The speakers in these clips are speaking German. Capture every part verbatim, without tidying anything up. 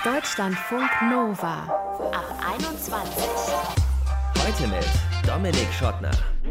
Deutschlandfunk Nova ab einundzwanzig. Heute mit Dominik Schottner.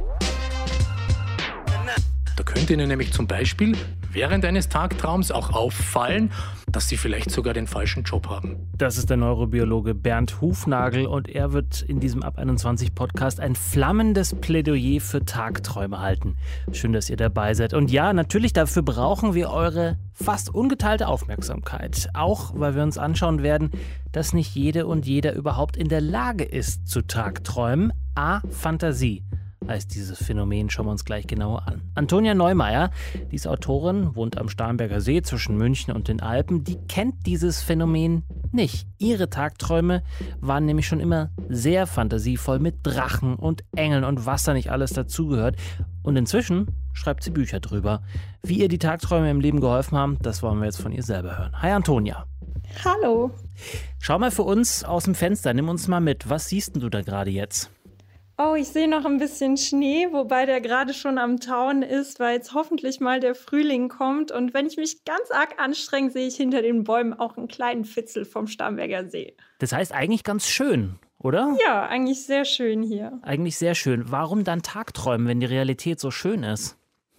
Da könnte Ihnen nämlich zum Beispiel während eines Tagtraums auch auffallen, dass Sie vielleicht sogar den falschen Job haben. Das ist der Neurobiologe Bernd Hufnagel und er wird in diesem Ab einundzwanzig Podcast ein flammendes Plädoyer für Tagträume halten. Schön, dass ihr dabei seid. Und ja, natürlich dafür brauchen wir eure fast ungeteilte Aufmerksamkeit. Auch weil wir uns anschauen werden, dass nicht jede und jeder überhaupt in der Lage ist zu Tagträumen. A, Fantasie heißt dieses Phänomen, schauen wir uns gleich genauer an. Antonia Neumeier, die ist Autorin, wohnt am Starnberger See zwischen München und den Alpen, die kennt dieses Phänomen nicht. Ihre Tagträume waren nämlich schon immer sehr fantasievoll mit Drachen und Engeln und was da nicht alles dazugehört. Und inzwischen schreibt sie Bücher drüber. Wie ihr die Tagträume im Leben geholfen haben, das wollen wir jetzt von ihr selber hören. Hi Antonia. Hallo. Schau mal für uns aus dem Fenster, nimm uns mal mit. Was siehst denn du da gerade jetzt? Oh, ich sehe noch ein bisschen Schnee, wobei der gerade schon am Tauen ist, weil jetzt hoffentlich mal der Frühling kommt. Und wenn ich mich ganz arg anstrenge, sehe ich hinter den Bäumen auch einen kleinen Fitzel vom Starnberger See. Das heißt eigentlich ganz schön, oder? Ja, eigentlich sehr schön hier. Eigentlich sehr schön. Warum dann Tagträumen, wenn die Realität so schön ist?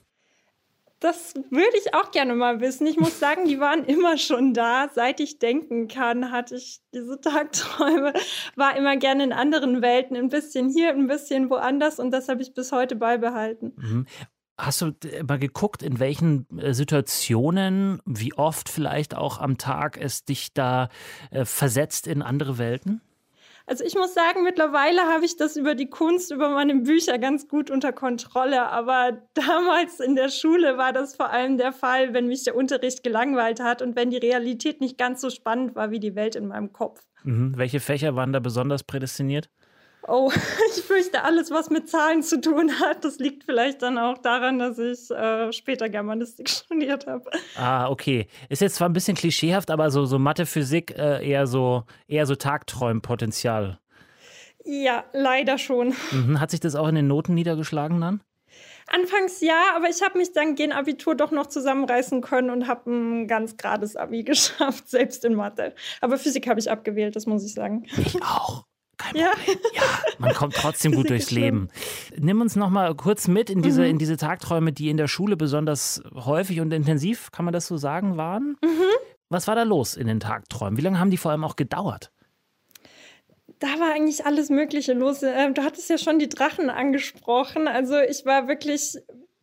Das würde ich auch gerne mal wissen. Ich muss sagen, die waren immer schon da. Seit ich denken kann, hatte ich diese Tagträume. War immer gerne in anderen Welten, ein bisschen hier, ein bisschen woanders. Und das habe ich bis heute beibehalten. Mhm. Hast du mal geguckt, in welchen Situationen, wie oft vielleicht auch am Tag es dich da äh, versetzt in andere Welten? Also ich muss sagen, mittlerweile habe ich das über die Kunst, über meine Bücher ganz gut unter Kontrolle. Aber damals in der Schule war das vor allem der Fall, wenn mich der Unterricht gelangweilt hat und wenn die Realität nicht ganz so spannend war wie die Welt in meinem Kopf. Mhm. Welche Fächer waren da besonders prädestiniert? Oh, ich fürchte, alles, was mit Zahlen zu tun hat, das liegt vielleicht dann auch daran, dass ich äh, später Germanistik studiert habe. Ah, okay. Ist jetzt zwar ein bisschen klischeehaft, aber so, so Mathe, Physik äh, eher so, eher so Tagträumpotenzial. Ja, leider schon. Mhm. Hat sich das auch in den Noten niedergeschlagen dann? Anfangs ja, aber ich habe mich dann gegen Abitur doch noch zusammenreißen können und habe ein ganz gerades Abi geschafft, selbst in Mathe. Aber Physik habe ich abgewählt, das muss ich sagen. Ich auch. Kein ja. Problem. Ja, man kommt trotzdem gut durchs Leben. Nimm uns noch mal kurz mit in diese, mhm. in diese Tagträume, die in der Schule besonders häufig und intensiv, kann man das so sagen, waren. Mhm. Was war da los in den Tagträumen? Wie lange haben die vor allem auch gedauert? Da war eigentlich alles Mögliche los. Du hattest ja schon die Drachen angesprochen. Also ich war wirklich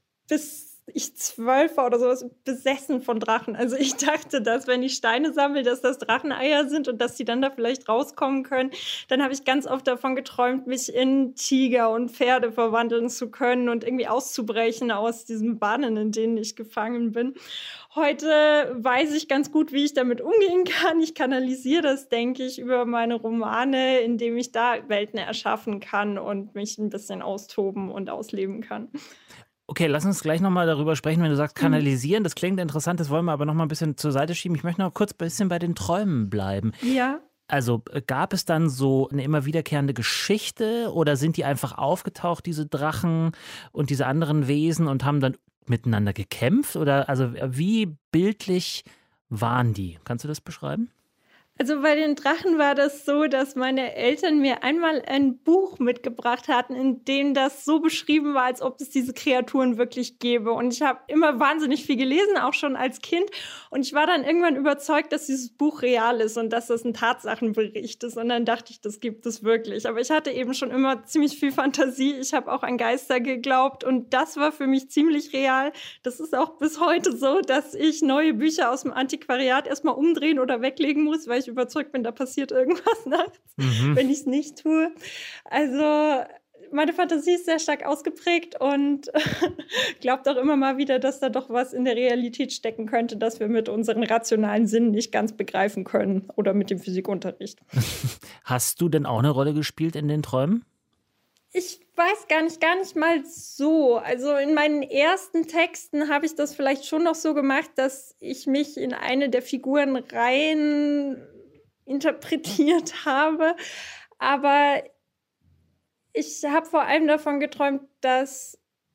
bis ich zwölf war oder sowas besessen von Drachen. Also ich dachte, dass wenn ich Steine sammle, dass das Dracheneier sind und dass die dann da vielleicht rauskommen können. Dann habe ich ganz oft davon geträumt, mich in Tiger und Pferde verwandeln zu können und irgendwie auszubrechen aus diesen Bahnen, in denen ich gefangen bin. Heute weiß ich ganz gut, wie ich damit umgehen kann. Ich kanalisiere das, denke ich, über meine Romane, indem ich da Welten erschaffen kann und mich ein bisschen austoben und ausleben kann. Okay, lass uns gleich nochmal darüber sprechen, wenn du sagst kanalisieren. Das klingt interessant, das wollen wir aber nochmal ein bisschen zur Seite schieben. Ich möchte noch kurz ein bisschen bei den Träumen bleiben. Ja. Also gab es dann so eine immer wiederkehrende Geschichte oder sind die einfach aufgetaucht, diese Drachen und diese anderen Wesen und haben dann miteinander gekämpft? Oder also wie bildlich waren die? Kannst du das beschreiben? Also bei den Drachen war das so, dass meine Eltern mir einmal ein Buch mitgebracht hatten, in dem das so beschrieben war, als ob es diese Kreaturen wirklich gäbe. Und ich habe immer wahnsinnig viel gelesen, auch schon als Kind. Und ich war dann irgendwann überzeugt, dass dieses Buch real ist und dass das ein Tatsachenbericht ist. Und dann dachte ich, das gibt es wirklich. Aber ich hatte eben schon immer ziemlich viel Fantasie. Ich habe auch an Geister geglaubt. Und das war für mich ziemlich real. Das ist auch bis heute so, dass ich neue Bücher aus dem Antiquariat erstmal umdrehen oder weglegen muss, weil ich überzeugt bin, da passiert irgendwas nachts, mhm. wenn ich es nicht tue. Also meine Fantasie ist sehr stark ausgeprägt und glaubt auch immer mal wieder, dass da doch was in der Realität stecken könnte, das wir mit unseren rationalen Sinnen nicht ganz begreifen können oder mit dem Physikunterricht. Hast du denn auch eine Rolle gespielt in den Träumen? Ich weiß gar nicht, gar nicht mal so. Also in meinen ersten Texten habe ich das vielleicht schon noch so gemacht, dass ich mich in eine der Figuren rein interpretiert habe. Aber ich habe vor allem davon geträumt, dass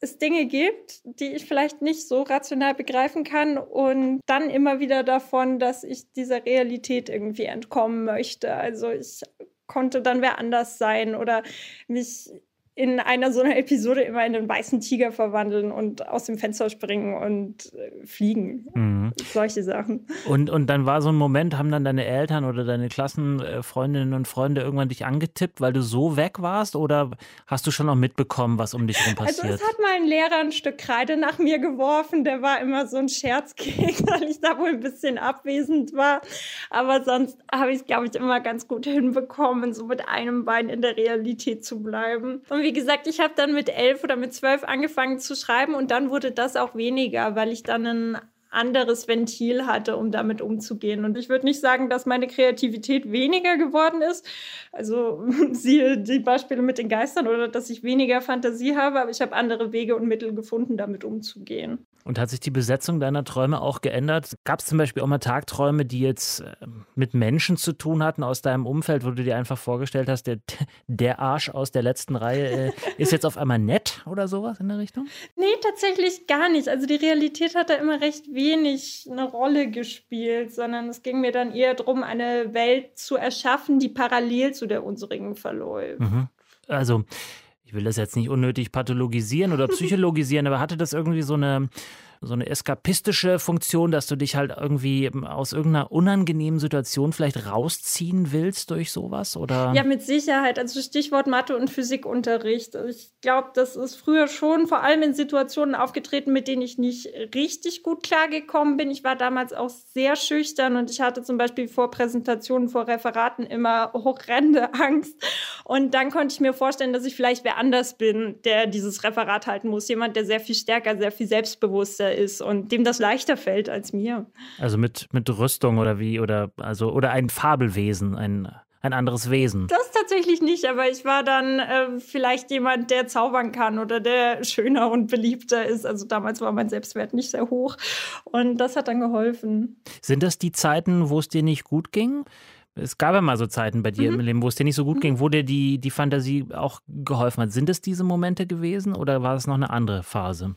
es Dinge gibt, die ich vielleicht nicht so rational begreifen kann und dann immer wieder davon, dass ich dieser Realität irgendwie entkommen möchte. Also ich konnte dann wer anders sein oder mich in einer so einer Episode immer in einen weißen Tiger verwandeln und aus dem Fenster springen und äh, fliegen. Mhm. Solche Sachen. Und, und dann war so ein Moment, haben dann deine Eltern oder deine Klassenfreundinnen und Freunde irgendwann dich angetippt, weil du so weg warst? Oder hast du schon noch mitbekommen, was um dich herum passiert? Also es hat mal ein Lehrer ein Stück Kreide nach mir geworfen. Der war immer so ein Scherzkeks, weil ich da wohl ein bisschen abwesend war. Aber sonst habe ich es, glaube ich, immer ganz gut hinbekommen, so mit einem Bein in der Realität zu bleiben. Und wie gesagt, ich habe dann mit elf oder mit zwölf angefangen zu schreiben und dann wurde das auch weniger, weil ich dann ein anderes Ventil hatte, um damit umzugehen. Und ich würde nicht sagen, dass meine Kreativität weniger geworden ist. Also siehe die Beispiele mit den Geistern oder dass ich weniger Fantasie habe, aber ich habe andere Wege und Mittel gefunden, damit umzugehen. Und hat sich die Besetzung deiner Träume auch geändert? Gab es zum Beispiel auch mal Tagträume, die jetzt mit Menschen zu tun hatten aus deinem Umfeld, wo du dir einfach vorgestellt hast, der, der Arsch aus der letzten Reihe äh, ist jetzt auf einmal nett oder sowas in der Richtung? Nee, tatsächlich gar nicht. Also die Realität hat da immer recht wenig eine Rolle gespielt, sondern es ging mir dann eher darum, eine Welt zu erschaffen, die parallel zu der unsrigen verläuft. Mhm. Also ich will das jetzt nicht unnötig pathologisieren oder psychologisieren, aber hatte das irgendwie so eine, so eine eskapistische Funktion, dass du dich halt irgendwie aus irgendeiner unangenehmen Situation vielleicht rausziehen willst durch sowas? Oder? Ja, mit Sicherheit. Also Stichwort Mathe- und Physikunterricht. Ich glaube, das ist früher schon vor allem in Situationen aufgetreten, mit denen ich nicht richtig gut klargekommen bin. Ich war damals auch sehr schüchtern und ich hatte zum Beispiel vor Präsentationen, vor Referaten immer horrende Angst. Und dann konnte ich mir vorstellen, dass ich vielleicht wer anders bin, der dieses Referat halten muss. Jemand, der sehr viel stärker, sehr viel selbstbewusster ist und dem das leichter fällt als mir. Also mit, mit Rüstung oder wie? Oder, also, oder ein Fabelwesen, ein, ein anderes Wesen? Das tatsächlich nicht, aber ich war dann äh, vielleicht jemand, der zaubern kann oder der schöner und beliebter ist. Also damals war mein Selbstwert nicht sehr hoch und das hat dann geholfen. Sind das die Zeiten, wo es dir nicht gut ging? Es gab ja mal so Zeiten bei dir mhm. im Leben, wo es dir nicht so gut mhm. ging, wo dir die, die Fantasie auch geholfen hat. Sind es diese Momente gewesen oder war es noch eine andere Phase?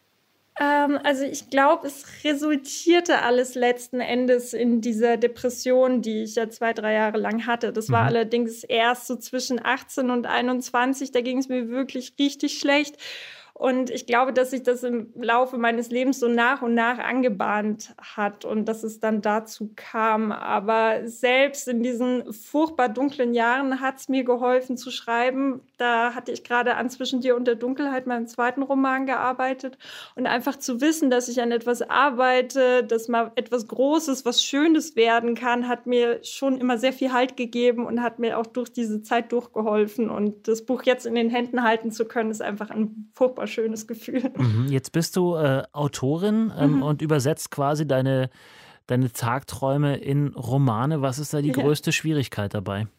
Ähm, also ich glaube, es resultierte alles letzten Endes in dieser Depression, die ich ja zwei, drei Jahre lang hatte. Das war mhm. allerdings erst so zwischen achtzehn und einundzwanzig, da ging es mir wirklich richtig schlecht. Und ich glaube, dass sich das im Laufe meines Lebens so nach und nach angebahnt hat und dass es dann dazu kam. Aber selbst in diesen furchtbar dunklen Jahren hat es mir geholfen zu schreiben. Da hatte ich gerade an Zwischen dir und der Dunkelheit meinen zweiten Roman gearbeitet. Und einfach zu wissen, dass ich an etwas arbeite, dass mal etwas Großes, was Schönes werden kann, hat mir schon immer sehr viel Halt gegeben und hat mir auch durch diese Zeit durchgeholfen. Und das Buch jetzt in den Händen halten zu können, ist einfach ein furchtbar schönes Gefühl. Jetzt bist du äh, Autorin ähm, mhm. und übersetzt quasi deine, deine Tagträume in Romane. Was ist da die ja. größte Schwierigkeit dabei?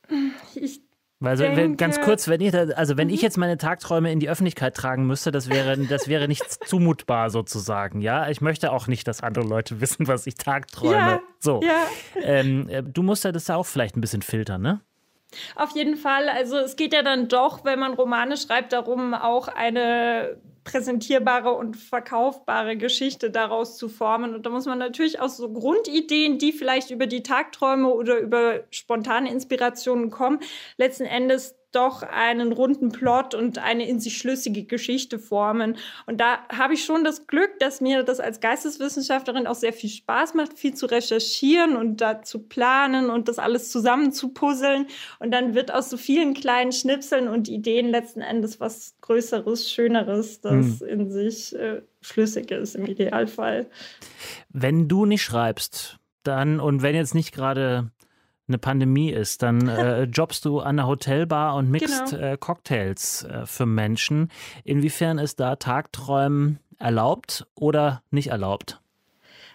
Ich Also denke, ganz kurz, wenn ich, also wenn mhm. ich jetzt meine Tagträume in die Öffentlichkeit tragen müsste, das wäre, das wäre nicht zumutbar sozusagen. Ja, ich möchte auch nicht, dass andere Leute wissen, was ich tagträume. Ja. So, ja. ähm, du musst ja das auch vielleicht ein bisschen filtern, ne? Auf jeden Fall. Also es geht ja dann doch, wenn man Romane schreibt, darum, auch eine präsentierbare und verkaufbare Geschichte daraus zu formen. Und da muss man natürlich aus so Grundideen, die vielleicht über die Tagträume oder über spontane Inspirationen kommen, letzten Endes doch einen runden Plot und eine in sich schlüssige Geschichte formen. Und da habe ich schon das Glück, dass mir das als Geisteswissenschaftlerin auch sehr viel Spaß macht, viel zu recherchieren und da zu planen und das alles zusammen zu puzzeln. Und dann wird aus so vielen kleinen Schnipseln und Ideen letzten Endes was Größeres, Schöneres, das hm. in sich äh, schlüssig ist im Idealfall. Wenn du nicht schreibst, dann, und wenn jetzt nicht gerade eine Pandemie ist, dann äh, jobbst du an der Hotelbar und mixt genau. äh, Cocktails äh, für Menschen. Inwiefern ist da Tagträumen erlaubt oder nicht erlaubt?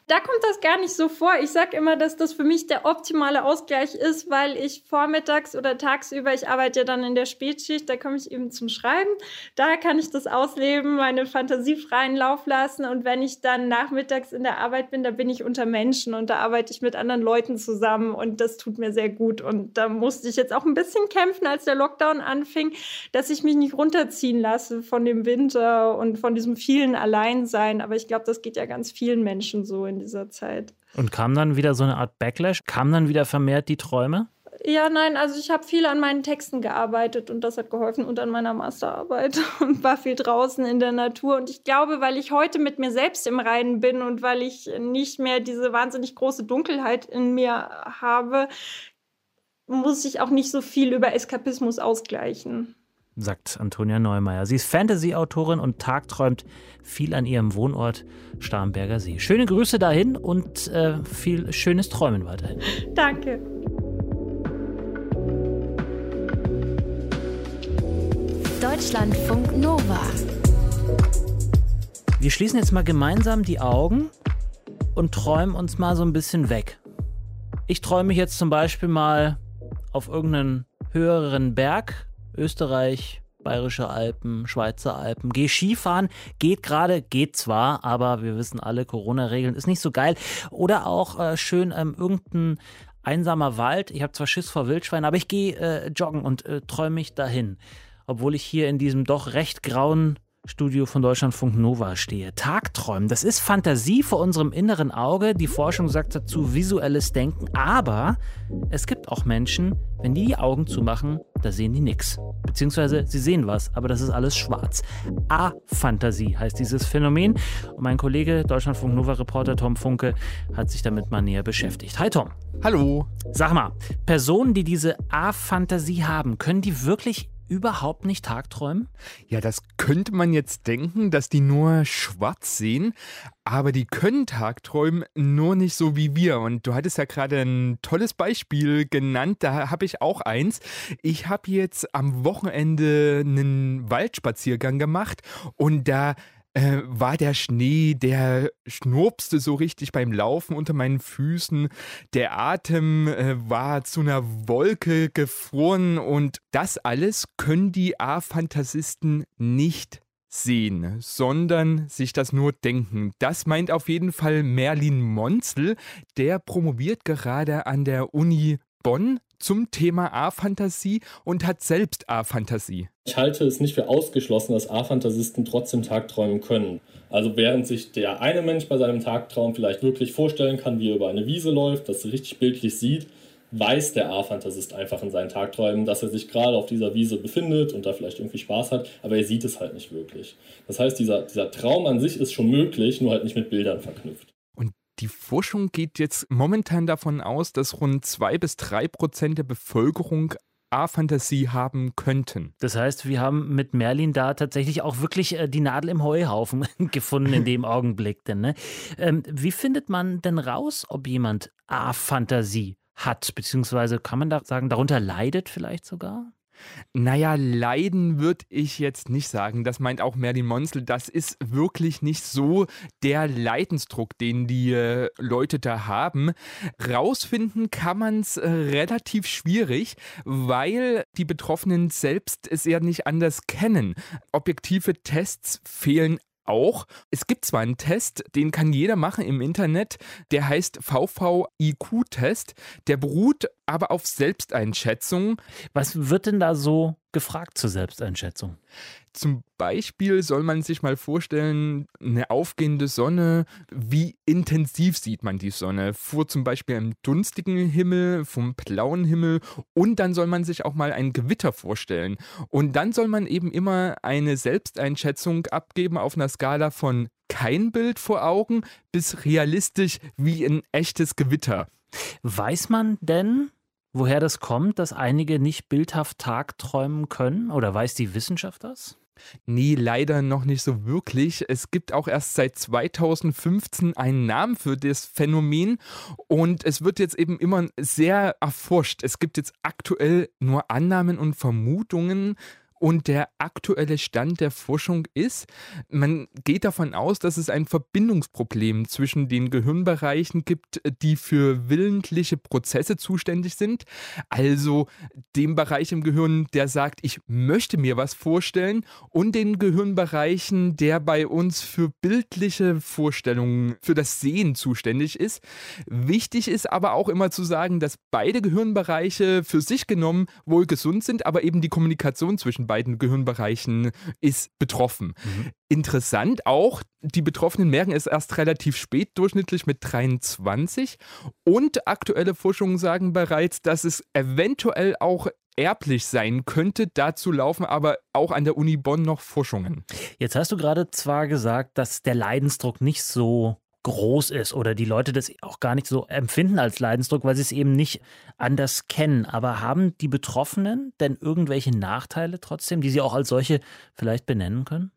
Da kommt das gar nicht so vor. Ich sage immer, dass das für mich der optimale Ausgleich ist, weil ich vormittags oder tagsüber, ich arbeite ja dann in der Spätschicht, da komme ich eben zum Schreiben. Da kann ich das ausleben, meine Fantasie freien Lauf lassen. Und wenn ich dann nachmittags in der Arbeit bin, da bin ich unter Menschen und da arbeite ich mit anderen Leuten zusammen und das tut mir sehr gut. Und da musste ich jetzt auch ein bisschen kämpfen, als der Lockdown anfing, dass ich mich nicht runterziehen lasse von dem Winter und von diesem vielen Alleinsein. Aber ich glaube, das geht ja ganz vielen Menschen so in dieser Zeit. Und kam dann wieder so eine Art Backlash? Kamen dann wieder vermehrt die Träume? Ja, nein, also ich habe viel an meinen Texten gearbeitet und das hat geholfen und an meiner Masterarbeit und war viel draußen in der Natur. Und ich glaube, weil ich heute mit mir selbst im Reinen bin und weil ich nicht mehr diese wahnsinnig große Dunkelheit in mir habe, muss ich auch nicht so viel über Eskapismus ausgleichen. Sagt Antonia Neumeier. Sie ist Fantasy-Autorin und tagträumt viel an ihrem Wohnort Starnberger See. Schöne Grüße dahin und äh, viel schönes Träumen weiterhin. Danke. Deutschlandfunk Nova. Wir schließen jetzt mal gemeinsam die Augen und träumen uns mal so ein bisschen weg. Ich träume mich jetzt zum Beispiel mal auf irgendeinen höheren Berg, Österreich, Bayerische Alpen, Schweizer Alpen, gehe Skifahren, geht gerade, geht zwar, aber wir wissen alle, Corona-Regeln ist nicht so geil. Oder auch äh, schön ähm, irgendein einsamer Wald. Ich habe zwar Schiss vor Wildschweinen, aber ich gehe äh, joggen und äh, träume mich dahin. Obwohl ich hier in diesem doch recht grauen Studio von Deutschlandfunk Nova stehe. Tagträumen, das ist Fantasie vor unserem inneren Auge. Die Forschung sagt dazu visuelles Denken. Aber es gibt auch Menschen, wenn die die Augen zumachen, da sehen die nichts. Beziehungsweise sie sehen was, aber das ist alles schwarz. A-Fantasie heißt dieses Phänomen. Und mein Kollege, Deutschlandfunk Nova-Reporter Tom Funke, hat sich damit mal näher beschäftigt. Hi Tom. Hallo. Sag mal, Personen, die diese A-Fantasie haben, können die wirklich überhaupt nicht tagträumen? Ja, das könnte man jetzt denken, dass die nur schwarz sehen, aber die können tagträumen, nur nicht so wie wir. Und du hattest ja gerade ein tolles Beispiel genannt, da habe ich auch eins. Ich habe jetzt am Wochenende einen Waldspaziergang gemacht und da Äh, war der Schnee, der schnurpste so richtig beim Laufen unter meinen Füßen. Der Atem äh, war zu einer Wolke gefroren und das alles können die A-Fantasisten nicht sehen, sondern sich das nur denken. Das meint auf jeden Fall Merlin Monzel, der promoviert gerade an der Uni Bonn zum Thema A-Fantasie und hat selbst A-Fantasie. Ich halte es nicht für ausgeschlossen, dass A-Fantasisten trotzdem tagträumen können. Also während sich der eine Mensch bei seinem Tagtraum vielleicht wirklich vorstellen kann, wie er über eine Wiese läuft, das richtig bildlich sieht, weiß der A-Fantasist einfach in seinen Tagträumen, dass er sich gerade auf dieser Wiese befindet und da vielleicht irgendwie Spaß hat, aber er sieht es halt nicht wirklich. Das heißt, dieser, dieser Traum an sich ist schon möglich, nur halt nicht mit Bildern verknüpft. Die Forschung geht jetzt momentan davon aus, dass rund zwei bis drei Prozent der Bevölkerung A-Fantasie haben könnten. Das heißt, wir haben mit Merlin da tatsächlich auch wirklich äh, die Nadel im Heuhaufen gefunden in dem Augenblick. Denn, ne? ähm, wie findet man denn raus, ob jemand A-Fantasie hat? Beziehungsweise kann man da sagen, darunter leidet vielleicht sogar? Naja, leiden würde ich jetzt nicht sagen. Das meint auch Merlin Monzel. Das ist wirklich nicht so der Leidensdruck, den die äh, Leute da haben. Rausfinden kann man es äh, relativ schwierig, weil die Betroffenen selbst es ja nicht anders kennen. Objektive Tests fehlen auch. Es gibt zwar einen Test, den kann jeder machen im Internet, der heißt V V I Q-Test, der beruht aber auf Selbsteinschätzung. Was wird denn da so gefragt zur Selbsteinschätzung? Zum Beispiel soll man sich mal vorstellen, eine aufgehende Sonne, wie intensiv sieht man die Sonne? Vor zum Beispiel einem dunstigen Himmel, vom blauen Himmel, und dann soll man sich auch mal ein Gewitter vorstellen. Und dann soll man eben immer eine Selbsteinschätzung abgeben auf einer Skala von kein Bild vor Augen bis realistisch wie ein echtes Gewitter. Weiß man denn, woher das kommt, dass einige nicht bildhaft tagträumen können? Oder weiß die Wissenschaft das? Nee, leider noch nicht so wirklich. Es gibt auch erst seit zweitausendfünfzehn einen Namen für das Phänomen und es wird jetzt eben immer sehr erforscht. Es gibt jetzt aktuell nur Annahmen und Vermutungen Und der aktuelle Stand der Forschung ist, man geht davon aus, dass es ein Verbindungsproblem zwischen den Gehirnbereichen gibt, die für willentliche Prozesse zuständig sind. Also dem Bereich im Gehirn, der sagt, ich möchte mir was vorstellen, und den Gehirnbereichen, der bei uns für bildliche Vorstellungen, für das Sehen zuständig ist. Wichtig ist aber auch immer zu sagen, dass beide Gehirnbereiche für sich genommen wohl gesund sind, aber eben die Kommunikation zwischen beiden Gehirnbereichen ist betroffen. Mhm. Interessant auch, die Betroffenen merken es erst relativ spät, durchschnittlich mit dreiundzwanzig. Und aktuelle Forschungen sagen bereits, dass es eventuell auch erblich sein könnte. Dazu laufen aber auch an der Uni Bonn noch Forschungen. Jetzt hast du gerade zwar gesagt, dass der Leidensdruck nicht so groß ist oder die Leute das auch gar nicht so empfinden als Leidensdruck, weil sie es eben nicht anders kennen. Aber haben die Betroffenen denn irgendwelche Nachteile trotzdem, die sie auch als solche vielleicht benennen können?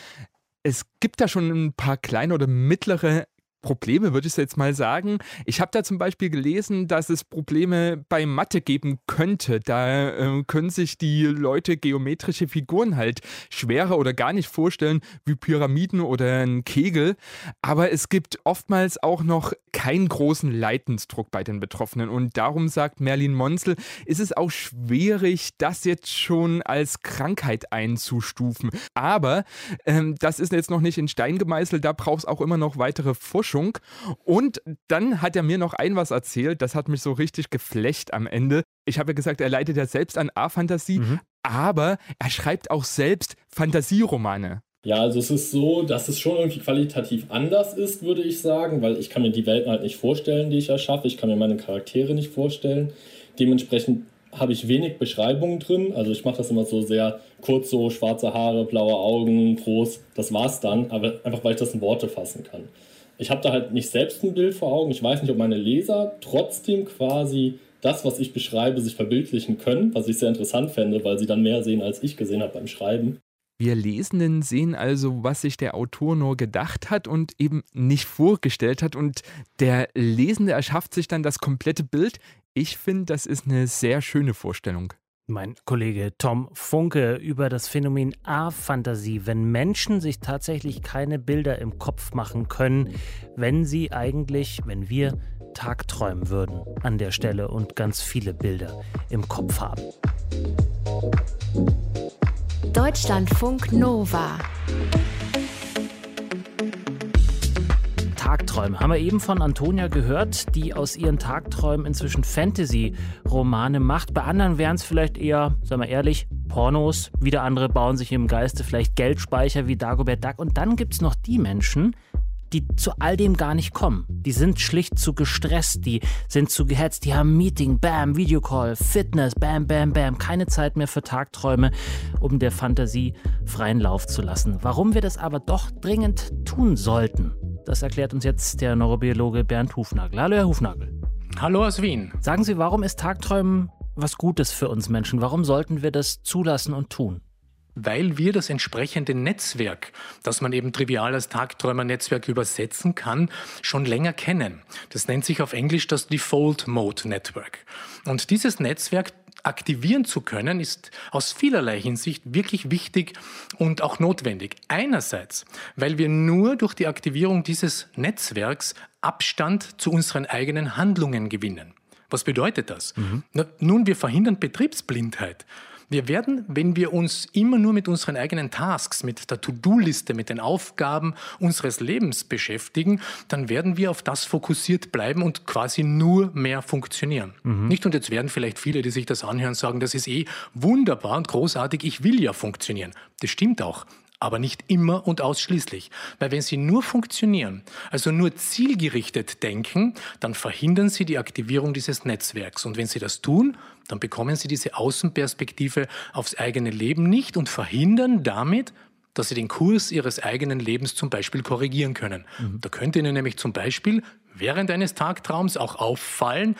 Es gibt da schon ein paar kleine oder mittlere Probleme, würde ich jetzt mal sagen. Ich habe da zum Beispiel gelesen, dass es Probleme bei Mathe geben könnte. Da äh, können sich die Leute geometrische Figuren halt schwerer oder gar nicht vorstellen, wie Pyramiden oder ein Kegel. Aber es gibt oftmals auch noch keinen großen Leidensdruck bei den Betroffenen. Und darum, sagt Merlin Monzel, ist es auch schwierig, das jetzt schon als Krankheit einzustufen. Aber ähm, das ist jetzt noch nicht in Stein gemeißelt. Da braucht es auch immer noch weitere Forschung. Und dann hat er mir noch ein was erzählt, das hat mich so richtig geflecht am Ende. Ich habe ja gesagt, er leitet ja selbst an A-Fantasie, mhm. aber er schreibt auch selbst Fantasieromane. Ja, also es ist so, dass es schon irgendwie qualitativ anders ist, würde ich sagen, weil ich kann mir die Welten halt nicht vorstellen, die ich erschaffe. Ich kann mir meine Charaktere nicht vorstellen. Dementsprechend habe ich wenig Beschreibungen drin. Also ich mache das immer so sehr kurz, so schwarze Haare, blaue Augen, groß. Das war's dann, aber einfach, weil ich das in Worte fassen kann. Ich habe da halt nicht selbst ein Bild vor Augen. Ich weiß nicht, ob meine Leser trotzdem quasi das, was ich beschreibe, sich verbildlichen können, was ich sehr interessant fände, weil sie dann mehr sehen, als ich gesehen habe beim Schreiben. Wir Lesenden sehen also, was sich der Autor nur gedacht hat und eben nicht vorgestellt hat. Und der Lesende erschafft sich dann das komplette Bild. Ich finde, das ist eine sehr schöne Vorstellung. Mein Kollege Tom Funke über das Phänomen A-Fantasie, wenn Menschen sich tatsächlich keine Bilder im Kopf machen können, wenn sie eigentlich, wenn wir tagträumen würden an der Stelle und ganz viele Bilder im Kopf haben. Deutschlandfunk Nova. Tagträume. Haben wir eben von Antonia gehört, die aus ihren Tagträumen inzwischen Fantasy-Romane macht. Bei anderen wären es vielleicht eher, sagen wir ehrlich, Pornos. Wieder andere bauen sich im Geiste vielleicht Geldspeicher wie Dagobert Duck. Und dann gibt es noch die Menschen, die zu all dem gar nicht kommen. Die sind schlicht zu gestresst, die sind zu gehetzt, die haben Meeting, bam, Videocall, Fitness, bam, bam, bam. Keine Zeit mehr für Tagträume, um der Fantasie freien Lauf zu lassen. Warum wir das aber doch dringend tun sollten, das erklärt uns jetzt der Neurobiologe Bernd Hufnagel. Hallo, Herr Hufnagel. Hallo aus Wien. Sagen Sie, warum ist Tagträumen was Gutes für uns Menschen? Warum sollten wir das zulassen und tun? Weil wir das entsprechende Netzwerk, das man eben trivial als Tagträumer-Netzwerk übersetzen kann, schon länger kennen. Das nennt sich auf Englisch das Default Mode Network. Und dieses Netzwerk aktivieren zu können, ist aus vielerlei Hinsicht wirklich wichtig und auch notwendig. Einerseits, weil wir nur durch die Aktivierung dieses Netzwerks Abstand zu unseren eigenen Handlungen gewinnen. Was bedeutet das? Mhm. Na, nun, wir verhindern Betriebsblindheit. Wir werden, wenn wir uns immer nur mit unseren eigenen Tasks, mit der To-Do-Liste, mit den Aufgaben unseres Lebens beschäftigen, dann werden wir auf das fokussiert bleiben und quasi nur mehr funktionieren. Mhm. Nicht? Und jetzt werden vielleicht viele, die sich das anhören, sagen, das ist eh wunderbar und großartig, ich will ja funktionieren. Das stimmt auch. Aber nicht immer und ausschließlich. Weil wenn Sie nur funktionieren, also nur zielgerichtet denken, dann verhindern Sie die Aktivierung dieses Netzwerks. Und wenn Sie das tun, dann bekommen Sie diese Außenperspektive aufs eigene Leben nicht und verhindern damit, dass Sie den Kurs Ihres eigenen Lebens zum Beispiel korrigieren können. Mhm. Da könnte Ihnen nämlich zum Beispiel während eines Tagtraums auch auffallen,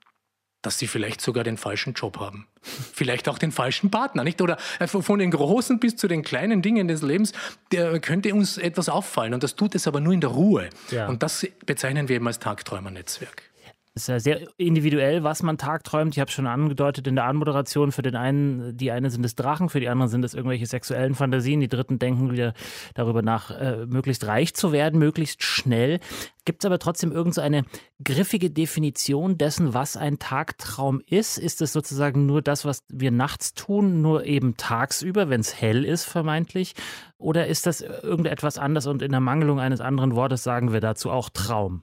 dass Sie vielleicht sogar den falschen Job haben. Vielleicht auch den falschen Partner, nicht? Oder von den großen bis zu den kleinen Dingen des Lebens, der könnte uns etwas auffallen. Und das tut es aber nur in der Ruhe. Ja. Und das bezeichnen wir eben als Tagträumer-Netzwerk. Es ist ja sehr individuell, was man tagträumt. Ich habe es schon angedeutet in der Anmoderation. Für den einen, die eine sind es Drachen, für die anderen sind es irgendwelche sexuellen Fantasien. Die Dritten denken wieder darüber nach, äh, möglichst reich zu werden, möglichst schnell. Gibt es aber trotzdem irgend so eine griffige Definition dessen, was ein Tagtraum ist? Ist es sozusagen nur das, was wir nachts tun, nur eben tagsüber, wenn es hell ist vermeintlich? Oder ist das irgendetwas anderes und in der Mangelung eines anderen Wortes sagen wir dazu auch Traum?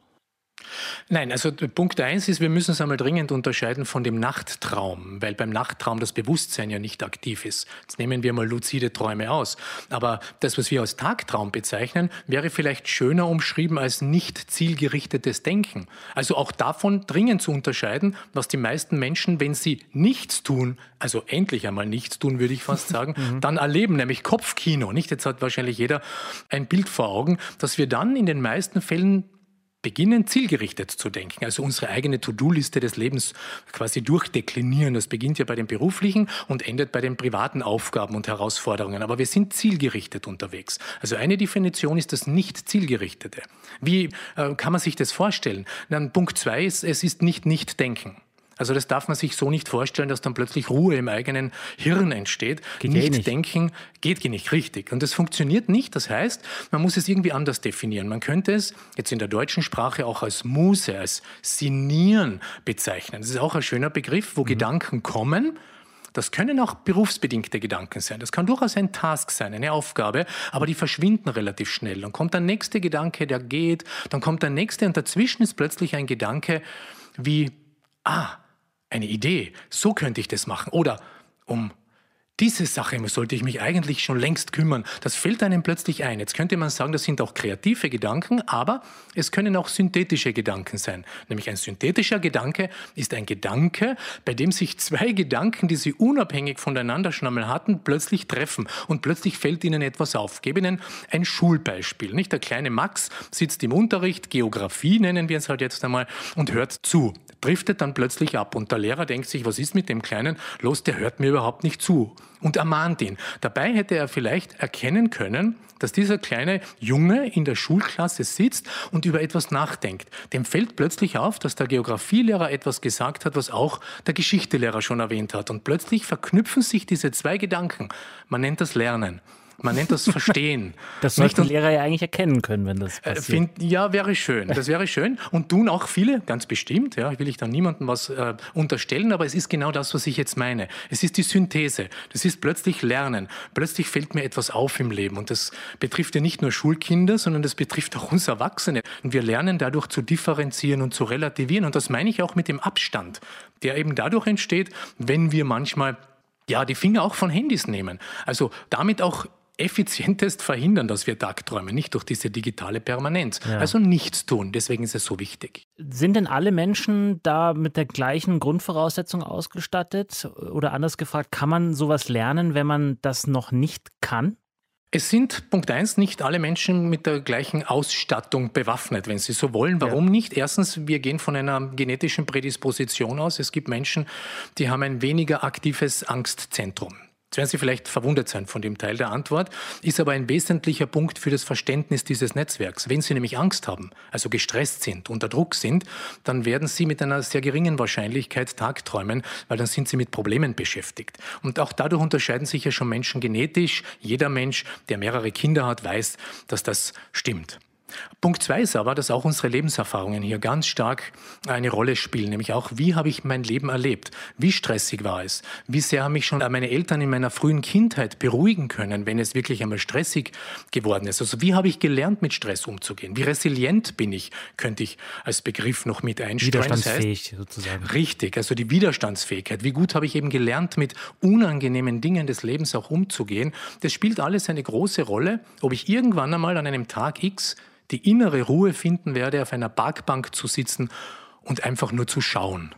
Nein, also Punkt eins ist, wir müssen es einmal dringend unterscheiden von dem Nachttraum, weil beim Nachttraum das Bewusstsein ja nicht aktiv ist. Jetzt nehmen wir mal luzide Träume aus. Aber das, was wir als Tagtraum bezeichnen, wäre vielleicht schöner umschrieben als nicht zielgerichtetes Denken. Also auch davon dringend zu unterscheiden, was die meisten Menschen, wenn sie nichts tun, also endlich einmal nichts tun, würde ich fast sagen, dann erleben, nämlich Kopfkino. Nicht? Jetzt hat wahrscheinlich jeder ein Bild vor Augen, dass wir dann in den meisten Fällen beginnen, zielgerichtet zu denken, also unsere eigene To-Do-Liste des Lebens quasi durchdeklinieren. Das beginnt ja bei den beruflichen und endet bei den privaten Aufgaben und Herausforderungen. Aber wir sind zielgerichtet unterwegs. Also eine Definition ist das Nicht-Zielgerichtete. Wie äh, kann man sich das vorstellen? Dann Punkt zwei ist, es ist nicht Nicht-Denken. Also das darf man sich so nicht vorstellen, dass dann plötzlich Ruhe im eigenen Hirn entsteht. Geht nicht, eh nicht denken geht nicht richtig. Und das funktioniert nicht. Das heißt, man muss es irgendwie anders definieren. Man könnte es jetzt in der deutschen Sprache auch als Muse, als Sinnieren bezeichnen. Das ist auch ein schöner Begriff, wo mhm. Gedanken kommen. Das können auch berufsbedingte Gedanken sein. Das kann durchaus ein Task sein, eine Aufgabe, aber die verschwinden relativ schnell. Dann kommt der nächste Gedanke, der geht, dann kommt der nächste und dazwischen ist plötzlich ein Gedanke wie, ah, eine Idee, so könnte ich das machen. Oder um diese Sache sollte ich mich eigentlich schon längst kümmern. Das fällt einem plötzlich ein. Jetzt könnte man sagen, das sind auch kreative Gedanken, aber es können auch synthetische Gedanken sein. Nämlich ein synthetischer Gedanke ist ein Gedanke, bei dem sich zwei Gedanken, die sie unabhängig voneinander schon einmal hatten, plötzlich treffen. Und plötzlich fällt ihnen etwas auf. Ich gebe Ihnen ein Schulbeispiel. Nicht? Der kleine Max sitzt im Unterricht, Geografie nennen wir es halt jetzt einmal, und hört zu. Driftet dann plötzlich ab. Und der Lehrer denkt sich, was ist mit dem Kleinen? Los, der hört mir überhaupt nicht zu. Und ermahnt ihn. Dabei hätte er vielleicht erkennen können, dass dieser kleine Junge in der Schulklasse sitzt und über etwas nachdenkt. Dem fällt plötzlich auf, dass der Geografielehrer etwas gesagt hat, was auch der Geschichtelehrer schon erwähnt hat. Und plötzlich verknüpfen sich diese zwei Gedanken. Man nennt das Lernen. Man nennt das Verstehen. Das sollten Lehrer ja eigentlich erkennen können, wenn das passiert. Find, ja, wäre schön. Das wäre schön. Und tun auch viele, ganz bestimmt. Ja, will ich da niemandem was äh, unterstellen, aber es ist genau das, was ich jetzt meine. Es ist die Synthese. Das ist plötzlich Lernen. Plötzlich fällt mir etwas auf im Leben. Und das betrifft ja nicht nur Schulkinder, sondern das betrifft auch uns Erwachsene. Und wir lernen dadurch zu differenzieren und zu relativieren. Und das meine ich auch mit dem Abstand, der eben dadurch entsteht, wenn wir manchmal ja die Finger auch von Handys nehmen. Also damit auch effizientest verhindern, dass wir Tagträumen, nicht durch diese digitale Permanenz. Ja. Also nichts tun, deswegen ist es so wichtig. Sind denn alle Menschen da mit der gleichen Grundvoraussetzung ausgestattet? Oder anders gefragt, kann man sowas lernen, wenn man das noch nicht kann? Es sind, Punkt eins, nicht alle Menschen mit der gleichen Ausstattung bewaffnet, wenn sie so wollen. Warum ja. nicht? Erstens, wir gehen von einer genetischen Prädisposition aus. Es gibt Menschen, die haben ein weniger aktives Angstzentrum. Jetzt werden Sie vielleicht verwundert sein von dem Teil der Antwort, ist aber ein wesentlicher Punkt für das Verständnis dieses Netzwerks. Wenn Sie nämlich Angst haben, also gestresst sind, unter Druck sind, dann werden Sie mit einer sehr geringen Wahrscheinlichkeit tagträumen, weil dann sind Sie mit Problemen beschäftigt. Und auch dadurch unterscheiden sich ja schon Menschen genetisch. Jeder Mensch, der mehrere Kinder hat, weiß, dass das stimmt. Punkt zwei ist aber, dass auch unsere Lebenserfahrungen hier ganz stark eine Rolle spielen, nämlich auch, wie habe ich mein Leben erlebt? Wie stressig war es? Wie sehr haben mich schon meine Eltern in meiner frühen Kindheit beruhigen können, wenn es wirklich einmal stressig geworden ist? Also wie habe ich gelernt, mit Stress umzugehen? Wie resilient bin ich, könnte ich als Begriff noch mit einstreuen. Widerstandsfähig das heißt, sozusagen. Richtig, also die Widerstandsfähigkeit. Wie gut habe ich eben gelernt, mit unangenehmen Dingen des Lebens auch umzugehen? Das spielt alles eine große Rolle, ob ich irgendwann einmal an einem Tag X die innere Ruhe finden werde, auf einer Parkbank zu sitzen und einfach nur zu schauen.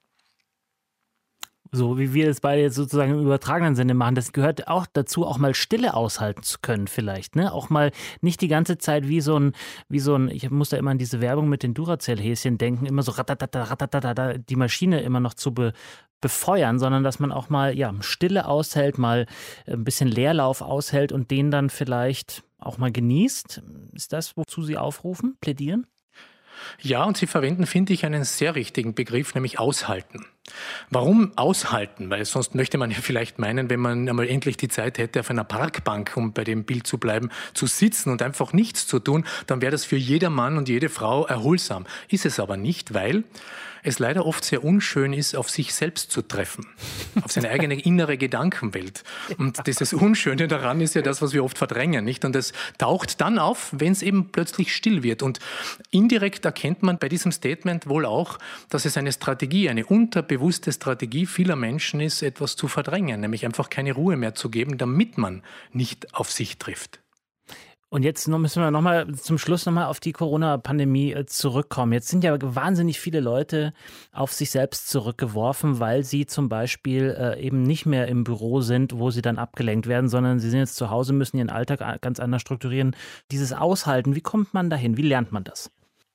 So wie wir es beide jetzt sozusagen im übertragenen Sinne machen, das gehört auch dazu, auch mal Stille aushalten zu können vielleicht, ne? Auch mal nicht die ganze Zeit wie so ein, wie so ein, ich muss da immer an diese Werbung mit den Duracell-Häschen denken, immer so ratatata, ratatata, die Maschine immer noch zu be, befeuern, sondern dass man auch mal ja, Stille aushält, mal ein bisschen Leerlauf aushält und den dann vielleicht auch mal genießt. Ist das, wozu Sie aufrufen, plädieren? Ja, und Sie verwenden, finde ich, einen sehr richtigen Begriff, nämlich aushalten. Warum aushalten? Weil sonst möchte man ja vielleicht meinen, wenn man einmal endlich die Zeit hätte, auf einer Parkbank, um bei dem Bild zu bleiben, zu sitzen und einfach nichts zu tun, dann wäre das für jeder Mann und jede Frau erholsam. Ist es aber nicht, weil es leider oft sehr unschön ist, auf sich selbst zu treffen, auf seine eigene innere Gedankenwelt. Und dieses Unschöne daran ist ja das, was wir oft verdrängen, nicht? Und es taucht dann auf, wenn es eben plötzlich still wird. Und indirekt erkennt man bei diesem Statement wohl auch, dass es eine Strategie, eine unterbewusste Strategie vieler Menschen ist, etwas zu verdrängen, nämlich einfach keine Ruhe mehr zu geben, damit man nicht auf sich trifft. Und jetzt noch müssen wir noch mal zum Schluss noch mal auf die Corona-Pandemie zurückkommen. Jetzt sind ja wahnsinnig viele Leute auf sich selbst zurückgeworfen, weil sie zum Beispiel äh, eben nicht mehr im Büro sind, wo sie dann abgelenkt werden, sondern sie sind jetzt zu Hause, müssen ihren Alltag ganz anders strukturieren. Dieses Aushalten, wie kommt man dahin? Wie lernt man das?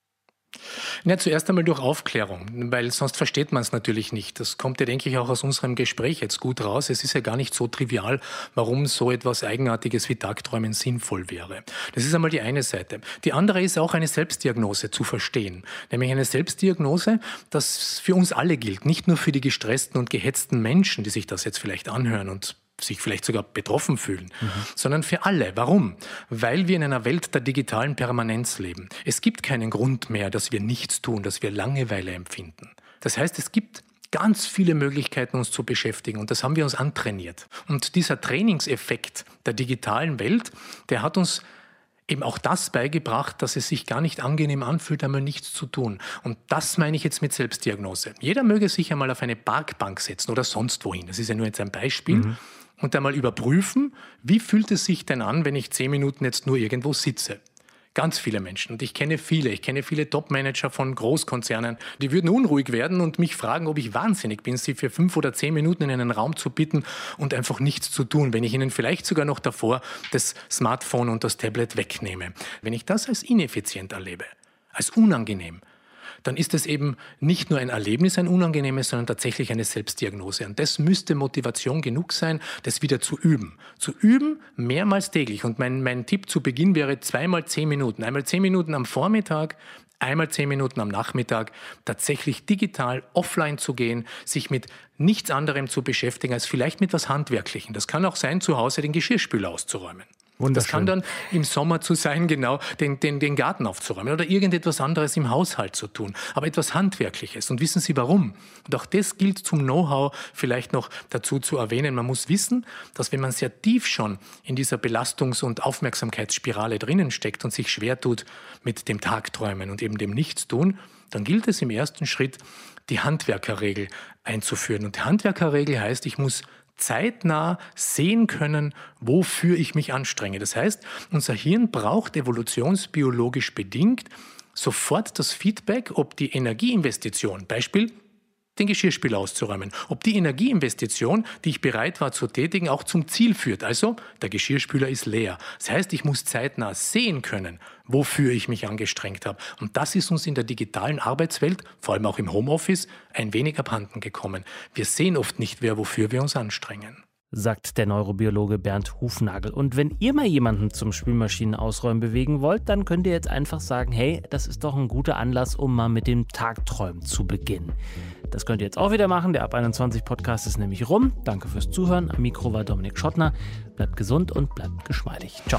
Ja, zuerst einmal durch Aufklärung, weil sonst versteht man es natürlich nicht. Das kommt ja, denke ich, auch aus unserem Gespräch jetzt gut raus. Es ist ja gar nicht so trivial, warum so etwas Eigenartiges wie Tagträumen sinnvoll wäre. Das ist einmal die eine Seite. Die andere ist auch eine Selbstdiagnose zu verstehen. Nämlich eine Selbstdiagnose, das für uns alle gilt, nicht nur für die gestressten und gehetzten Menschen, die sich das jetzt vielleicht anhören und sich vielleicht sogar betroffen fühlen, mhm. sondern für alle. Warum? Weil wir in einer Welt der digitalen Permanenz leben. Es gibt keinen Grund mehr, dass wir nichts tun, dass wir Langeweile empfinden. Das heißt, es gibt ganz viele Möglichkeiten, uns zu beschäftigen, und das haben wir uns antrainiert. Und dieser Trainingseffekt der digitalen Welt, der hat uns eben auch das beigebracht, dass es sich gar nicht angenehm anfühlt, einmal nichts zu tun. Und das meine ich jetzt mit Selbstdiagnose. Jeder möge sich einmal auf eine Parkbank setzen oder sonst wohin. Das ist ja nur jetzt ein Beispiel. Mhm. Und einmal überprüfen, wie fühlt es sich denn an, wenn ich zehn Minuten jetzt nur irgendwo sitze. Ganz viele Menschen. Und ich kenne viele. Ich kenne viele Top-Manager von Großkonzernen. Die würden unruhig werden und mich fragen, ob ich wahnsinnig bin, sie für fünf oder zehn Minuten in einen Raum zu bitten und einfach nichts zu tun, wenn ich ihnen vielleicht sogar noch davor das Smartphone und das Tablet wegnehme. Wenn ich das als ineffizient erlebe, als unangenehm, dann ist es eben nicht nur ein Erlebnis, ein unangenehmes, sondern tatsächlich eine Selbstdiagnose. Und das müsste Motivation genug sein, das wieder zu üben. Zu üben, mehrmals täglich. Und mein, mein Tipp zu Beginn wäre zweimal zehn Minuten. Einmal zehn Minuten am Vormittag, einmal zehn Minuten am Nachmittag, tatsächlich digital offline zu gehen, sich mit nichts anderem zu beschäftigen, als vielleicht mit etwas Handwerklichem. Das kann auch sein, zu Hause den Geschirrspüler auszuräumen. Das kann dann im Sommer zu sein, genau, den, den, den Garten aufzuräumen oder irgendetwas anderes im Haushalt zu tun, aber etwas Handwerkliches. Und wissen Sie warum? Und auch das gilt zum Know-how vielleicht noch dazu zu erwähnen. Man muss wissen, dass wenn man sehr tief schon in dieser Belastungs- und Aufmerksamkeitsspirale drinnen steckt und sich schwer tut mit dem Tagträumen und eben dem Nichtstun, dann gilt es im ersten Schritt, die Handwerkerregel einzuführen. Und die Handwerkerregel heißt, ich muss zeitnah sehen können, wofür ich mich anstrenge. Das heißt, unser Hirn braucht evolutionsbiologisch bedingt sofort das Feedback, ob die Energieinvestition, Beispiel, den Geschirrspüler auszuräumen, ob die Energieinvestition, die ich bereit war zu tätigen, auch zum Ziel führt. Also, der Geschirrspüler ist leer. Das heißt, ich muss zeitnah sehen können, wofür ich mich angestrengt habe. Und das ist uns in der digitalen Arbeitswelt, vor allem auch im Homeoffice, ein wenig abhanden gekommen. Wir sehen oft nicht mehr, wofür wir uns anstrengen. Sagt der Neurobiologe Bernd Hufnagel. Und wenn ihr mal jemanden zum Spülmaschinenausräumen bewegen wollt, dann könnt ihr jetzt einfach sagen, hey, das ist doch ein guter Anlass, um mal mit dem Tagträumen zu beginnen. Das könnt ihr jetzt auch wieder machen. Der Ab einundzwanzig Podcast ist nämlich rum. Danke fürs Zuhören. Am Mikro war Dominik Schottner. Bleibt gesund und bleibt geschmeidig. Ciao.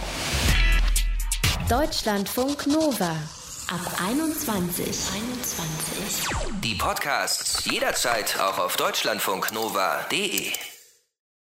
Deutschlandfunk Nova. Ab einundzwanzig. einundzwanzig. Die Podcasts jederzeit auch auf deutschlandfunknova punkt de.